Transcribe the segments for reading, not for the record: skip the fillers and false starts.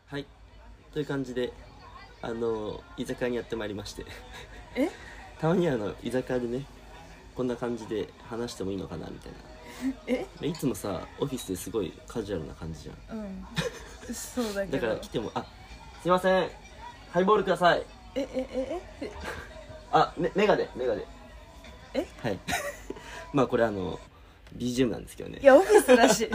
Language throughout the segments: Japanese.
はい、という感じで居酒屋にやってまいりましてえたまには居酒屋でねこんな感じで話してもいいのかなみたいないつもさオフィスですごいカジュアルな感じじゃん。 そうだけどだから来てもすいませんハイボールください。メガネはいまあこれBGM なんですけどね。 いやオフィスだし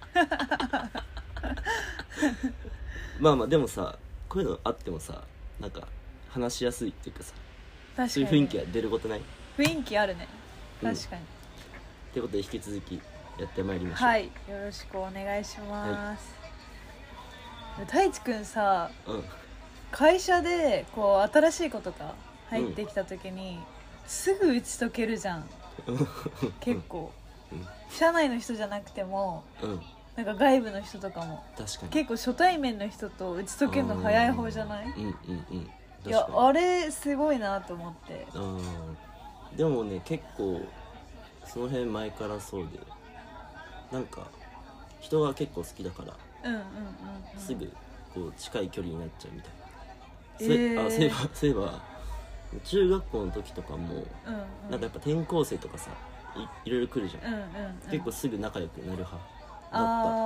まあでもさこういうのあってもさなんか話しやすいっていうかさ、 確かにそういう雰囲気が出ることない？ 雰囲気あるね、 うん確かに。 ってことで引き続きやってまいりましょう。 はい、よろしくお願いします。太一くんさ、会社でこう新しいことが入ってきた時に、すぐ打ち解けるじゃん結構、社内の人じゃなくても、なんか外部の人とかも確かに結構初対面の人と打ち解けるの早い方じゃない？いや確かにあれすごいなと思って。 でもね結構その辺前からそうで、なんか人が結構好きだから、すぐこう近い距離になっちゃうみたいな。そういえば中学校の時とかも、なんかやっぱ転校生とかさ いろいろ来るじゃん、結構すぐ仲良くなる派だった。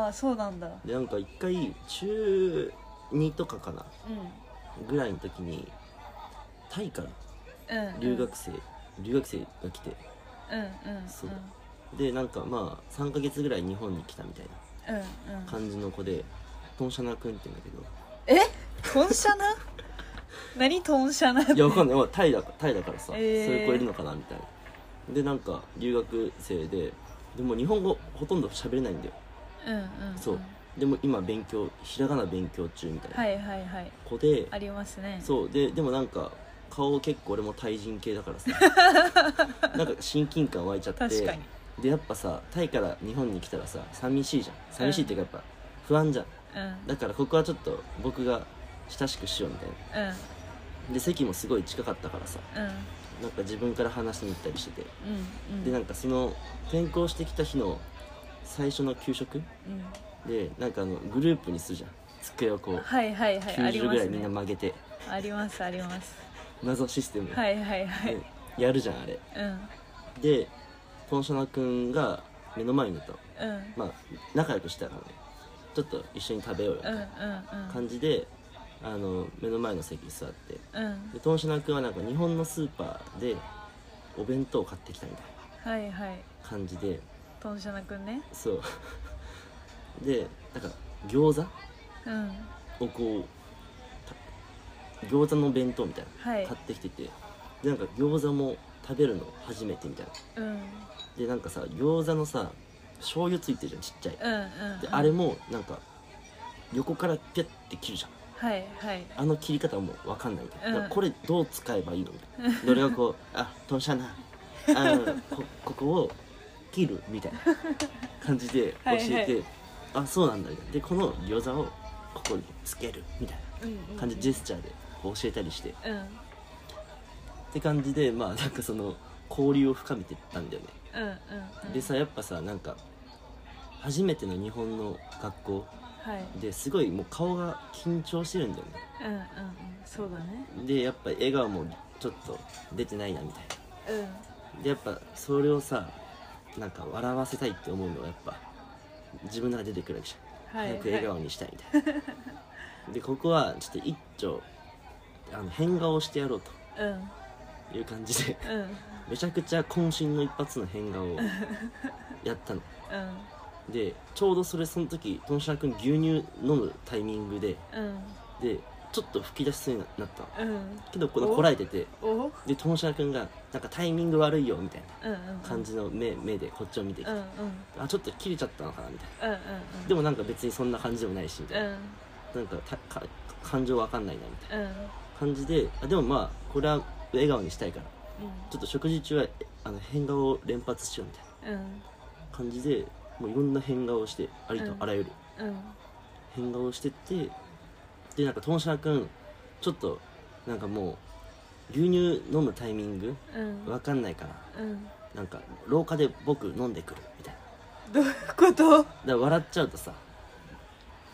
そうなんだ。 でなんか一回中2とかかな、ぐらいの時にタイから留学生が来て、そうでなんかまあ3ヶ月ぐらい日本に来たみたいな感じの子で、トンシャナ君って言うんだけど。 トンシャナ何トンシャナって。 いやわかんない、タイだからさ、そういう子いるのかなみたいな。でなんか留学生でも日本語ほとんど喋れないんだよ。そうでも今ひらがな勉強中みたいな子で、 ありますね。 そうでもなんか顔結構俺もタイ人系だからさなんか親近感湧いちゃって。 確かに。 でやっぱさタイから日本に来たらさ寂しいじゃん。寂しいっていうかやっぱ不安じゃん、だからここはちょっと僕が親しくしようみたいな、で席もすごい近かったからさ、なんか自分から話しに行ったりしてて、でなんかその転校してきた日の最初の給食、でなんかグループにするじゃん、机をこう、90度ぐらいみんな曲げて、 あります謎システム、でやるじゃんあれ、でトンシャナ君が目の前にいた、まあ仲良くしたからね、ちょっと一緒に食べようよみたいな感じで、目の前の席に座って、でトンシャナ君はなんか日本のスーパーでお弁当を買ってきたみたいな感じで、 トンシャナくんね。 そうでなんか餃子をこう餃子の弁当みたいな、買ってきてて、でなんか餃子も食べるの初めてみたいな、でなんかさ餃子のさ醤油ついてるじゃんちっちゃい、であれもなんか横からピュッて切るじゃん、あの切り方はもう分かんないみたいな、これどう使えばいいのみたいな、どれがこうトンシャナここを切るみたいな感じで教えて、そうなんだみたいな、でこの餃子をここにつけるみたいな感じでジェスチャーで教えたりして、って感じでまあなんかその交流を深めていったんだよね。でさやっぱさなんか初めての日本の学校ですごいもう顔が緊張してるんだよね。 そうだね。 でやっぱ笑顔もちょっと出てないなみたいな、でやっぱそれをさなんか笑わせたいって思うのがやっぱ自分の中で出てくるわけじゃん、早く笑顔にしたいみたいなでここはちょっと一丁変顔をしてやろうという感じで、めちゃくちゃ渾身の一発の変顔をやったの、でちょうどその時トンシャナ君牛乳飲むタイミングで、でちょっと吹き出しそうになったの、けどこらえてて、でトンシャナ君がなんかタイミング悪いよみたいな感じの目でこっちを見てきて、ちょっと切れちゃったのかなみたいな、でもなんか別にそんな感じでもないしみたいな、なんか感情わかんないなみたいな感じで、でもまあこれは笑顔にしたいから、ちょっと食事中は変顔を連発しようみたいな感じで、もういろんな変顔をしてありとあらゆる変顔をしてって、でなんかトンシャナ君ちょっとなんかもう牛乳飲むタイミングわかんないから、なんか廊下で僕飲んでくるみたいな。 どういうこと？ だから笑っちゃうとさ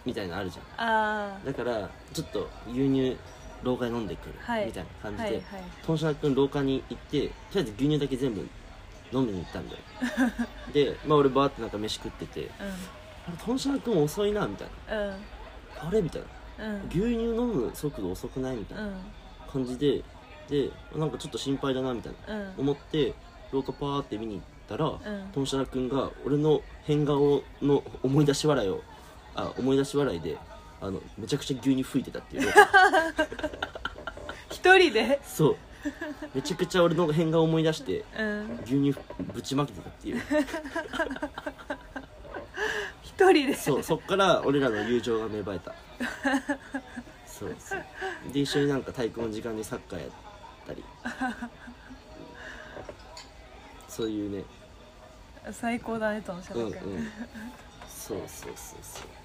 みたいなのあるじゃん。だからちょっと牛乳廊下に飲んでくる、みたいな感じで、トンシャナ君廊下に行って、とりあえず牛乳だけ全部飲みに行ったんだよで、俺バーってなんか飯食ってて、あれトンシャナ君遅いなみたいな、あれみたいな、牛乳飲む速度遅くないみたいな感じで、なんかちょっと心配だなみたいな、思って廊下パーって見に行ったら、トンシャナ君が俺の変顔の思い出し笑いでめちゃくちゃ牛乳吹いてたっていう一人で。 そうめちゃくちゃ俺の変顔思い出して、牛乳ぶちまけてたっていう一人で。 そっから俺らの友情が芽生えたそうで一緒になんか体育の時間にサッカーやったりそういうね、 最高だねトンシャナ君。 そう